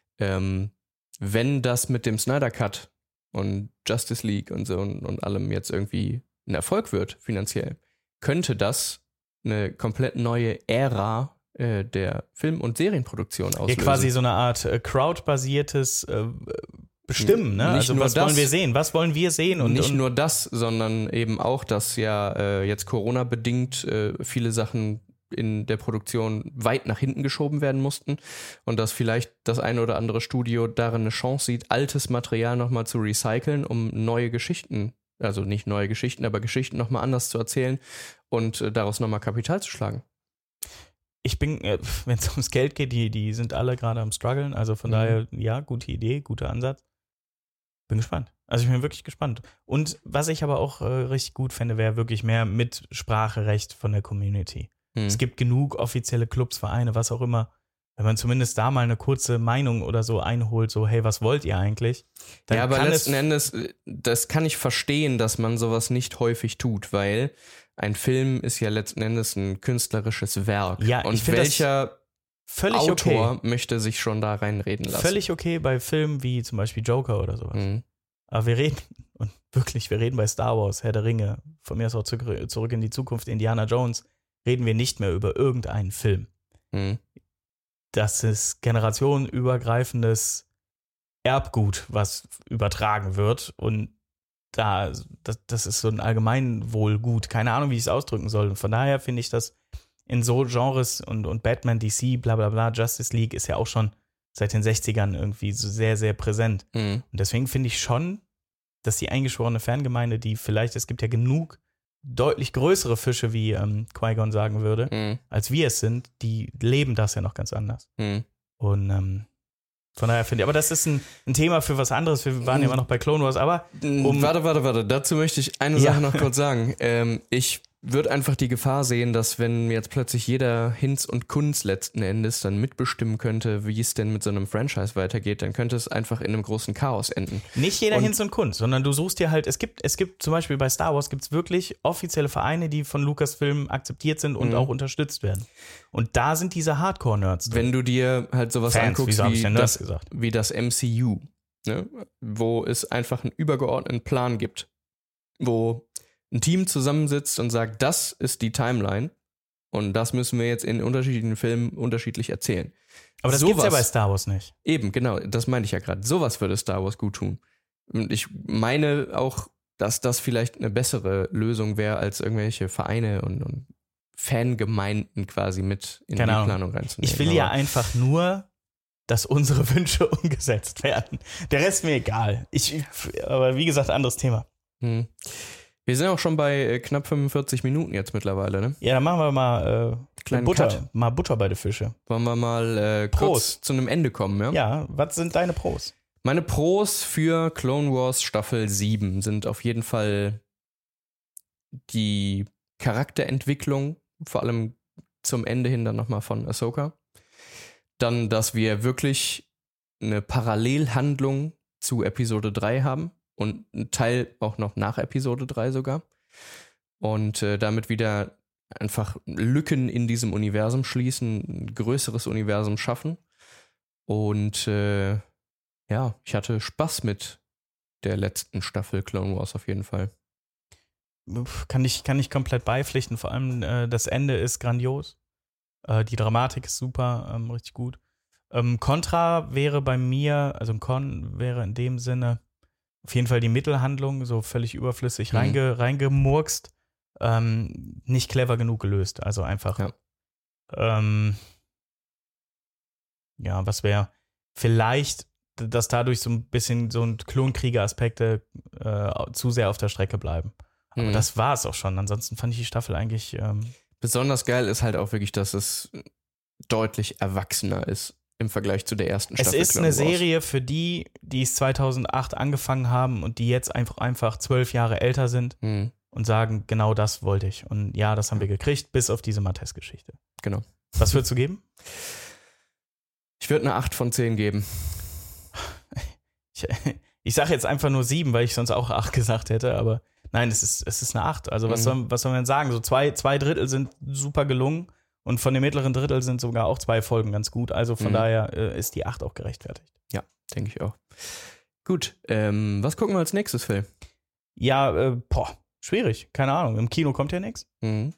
Wenn das mit dem Snyder Cut und Justice League und so und allem jetzt irgendwie ein Erfolg wird, finanziell, könnte das eine komplett neue Ära der Film- und Serienproduktion auslösen. Ja, quasi so eine Art crowd-basiertes Bestimmen, ne? Nicht Also nur was das, wollen wir sehen? Was wollen wir sehen? Und nicht nur das, sondern eben auch, dass ja jetzt Corona-bedingt viele Sachen in der Produktion weit nach hinten geschoben werden mussten und dass vielleicht das eine oder andere Studio darin eine Chance sieht, altes Material nochmal zu recyceln, um neue Geschichten, also nicht neue Geschichten, aber Geschichten nochmal anders zu erzählen und daraus nochmal Kapital zu schlagen. Ich bin, wenn es ums Geld geht, die sind alle gerade am struggeln, also von daher, ja, gute Idee, guter Ansatz. Bin gespannt. Also ich bin wirklich gespannt. Und was ich aber auch richtig gut fände, wäre wirklich mehr Mitspracherecht von der Community. Es gibt genug offizielle Clubs, Vereine, was auch immer. Wenn man zumindest da mal eine kurze Meinung oder so einholt, so, hey, was wollt ihr eigentlich? Dann ja, aber letzten Endes, das kann ich verstehen, dass man sowas nicht häufig tut, weil ein Film ist ja letzten Endes ein künstlerisches Werk. Ja, und welcher Autor möchte sich schon da reinreden lassen? Völlig okay bei Filmen wie zum Beispiel Joker oder sowas. Aber wir reden bei Star Wars, Herr der Ringe, von mir aus auch zurück in die Zukunft, Indiana Jones, reden wir nicht mehr über irgendeinen Film. Das ist generationenübergreifendes Erbgut, was übertragen wird. Und das ist so ein Allgemeinwohlgut. Keine Ahnung, wie ich es ausdrücken soll. Und von daher finde ich das in so Genres und Batman, DC, bla bla bla, Justice League ist ja auch schon seit den 60ern irgendwie so sehr, sehr präsent. Und deswegen finde ich schon, dass die eingeschworene Fangemeinde, die vielleicht, es gibt ja genug deutlich größere Fische, wie Qui-Gon sagen würde, als wir es sind, die leben das ja noch ganz anders. Und von daher finde ich, aber das ist ein Thema für was anderes. Wir waren ja immer noch bei Clone Wars, aber Warte. Dazu möchte ich eine Sache noch kurz sagen. Ich würde einfach die Gefahr sehen, dass wenn jetzt plötzlich jeder Hinz und Kunz letzten Endes dann mitbestimmen könnte, wie es denn mit so einem Franchise weitergeht, dann könnte es einfach in einem großen Chaos enden. Nicht jeder Hinz und Kunz, sondern du suchst dir halt, es gibt zum Beispiel bei Star Wars gibt's wirklich offizielle Vereine, die von Lucasfilm akzeptiert sind und auch unterstützt werden. Und da sind diese Hardcore-Nerds drin. Wenn du dir halt sowas Fans, anguckst wie wie das MCU, ne? Wo es einfach einen übergeordneten Plan gibt, wo ein Team zusammensitzt und sagt, das ist die Timeline und das müssen wir jetzt in unterschiedlichen Filmen unterschiedlich erzählen. Aber das gibt's ja bei Star Wars nicht. Eben, genau, das meine ich ja gerade. Sowas würde Star Wars gut tun. Und ich meine auch, dass das vielleicht eine bessere Lösung wäre, als irgendwelche Vereine und Fangemeinden quasi mit in die Planung reinzunehmen. Ich will ja einfach nur, dass unsere Wünsche umgesetzt werden. Der Rest mir egal. Aber wie gesagt, anderes Thema. Wir sind auch schon bei knapp 45 Minuten jetzt mittlerweile, ne? Ja, dann machen wir mal Butter bei den Fische. Wollen wir mal kurz zu einem Ende kommen, ja? Ja, was sind deine Pros? Meine Pros für Clone Wars Staffel 7 sind auf jeden Fall die Charakterentwicklung, vor allem zum Ende hin dann nochmal von Ahsoka. Dann, dass wir wirklich eine Parallelhandlung zu Episode 3 haben. Und ein Teil auch noch nach Episode 3 sogar. Und damit wieder einfach Lücken in diesem Universum schließen, ein größeres Universum schaffen. Und ich hatte Spaß mit der letzten Staffel Clone Wars auf jeden Fall. Kann ich komplett beipflichten. Vor allem das Ende ist grandios. Die Dramatik ist super, richtig gut. Contra wäre bei mir, also ein Con wäre in dem Sinne auf jeden Fall die Mittelhandlung, so völlig überflüssig reingemurkst, nicht clever genug gelöst. Also einfach, was wäre vielleicht, dass dadurch so ein bisschen so ein Klonkrieger-Aspekte zu sehr auf der Strecke bleiben. Aber das war es auch schon. Ansonsten fand ich die Staffel eigentlich besonders geil ist halt auch wirklich, dass es deutlich erwachsener ist im Vergleich zu der ersten Staffel. Es ist eine Serie für die es 2008 angefangen haben und die jetzt einfach 12 Jahre älter sind und sagen, genau das wollte ich. Und ja, das haben wir gekriegt, bis auf diese Martez-Geschichte. Genau. Was würdest du geben? Ich würde eine 8 von 10 geben. Ich sage jetzt einfach nur 7, weil ich sonst auch 8 gesagt hätte, aber Nein, es ist eine 8. Also was soll man denn sagen? So zwei Drittel sind super gelungen und von dem mittleren Drittel sind sogar auch 2 Folgen ganz gut. Also von daher ist die 8 auch gerechtfertigt. Ja, denke ich auch. Gut, was gucken wir als nächstes, Phil? Ja, schwierig. Keine Ahnung. Im Kino kommt ja nichts. Müssen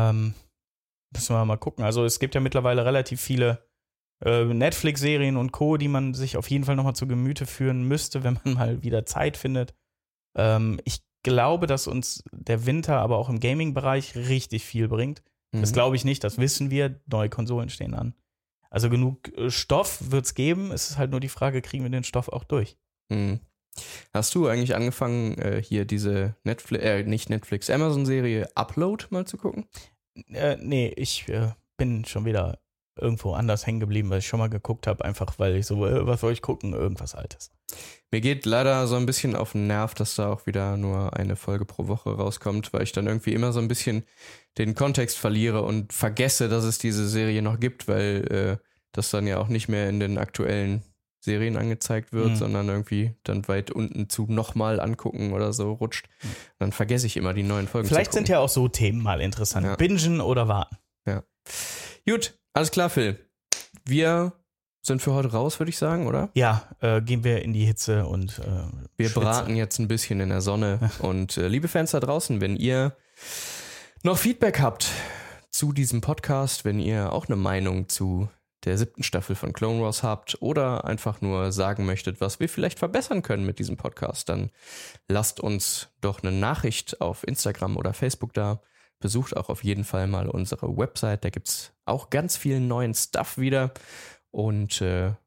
wir mal gucken. Also es gibt ja mittlerweile relativ viele Netflix-Serien und Co., die man sich auf jeden Fall nochmal zu Gemüte führen müsste, wenn man mal wieder Zeit findet. Ich glaube, dass uns der Winter aber auch im Gaming-Bereich richtig viel bringt. Das glaube ich nicht, das wissen wir. Neue Konsolen stehen an. Also genug Stoff wird es geben. Es ist halt nur die Frage, kriegen wir den Stoff auch durch? Hast du eigentlich angefangen, hier diese Amazon-Serie Upload mal zu gucken? Nee, ich bin schon wieder irgendwo anders hängen geblieben, weil ich schon mal geguckt habe, einfach weil ich so, was soll ich gucken? Irgendwas Altes. Mir geht leider so ein bisschen auf den Nerv, dass da auch wieder nur eine Folge pro Woche rauskommt, weil ich dann irgendwie immer so ein bisschen den Kontext verliere und vergesse, dass es diese Serie noch gibt, weil das dann ja auch nicht mehr in den aktuellen Serien angezeigt wird, sondern irgendwie dann weit unten zu nochmal angucken oder so rutscht. Dann vergesse ich immer die neuen Folgen. Vielleicht sind ja auch so Themen mal interessant. Ja. Bingen oder warten. Ja. Gut, alles klar, Phil. Wir sind für heute raus, würde ich sagen, oder? Ja, gehen wir in die Hitze und wir braten jetzt ein bisschen in der Sonne. Und liebe Fans da draußen, wenn ihr noch Feedback habt zu diesem Podcast, wenn ihr auch eine Meinung zu der 7. Staffel von Clone Wars habt oder einfach nur sagen möchtet, was wir vielleicht verbessern können mit diesem Podcast, dann lasst uns doch eine Nachricht auf Instagram oder Facebook da. Besucht auch auf jeden Fall mal unsere Website, da gibt's auch ganz viel neuen Stuff wieder und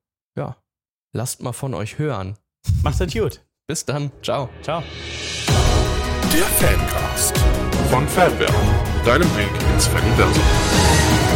lasst mal von euch hören. Macht's gut. Bis dann. Ciao. Ciao. Der Fancast von Fanwerk, deinem Weg ins Faniversum.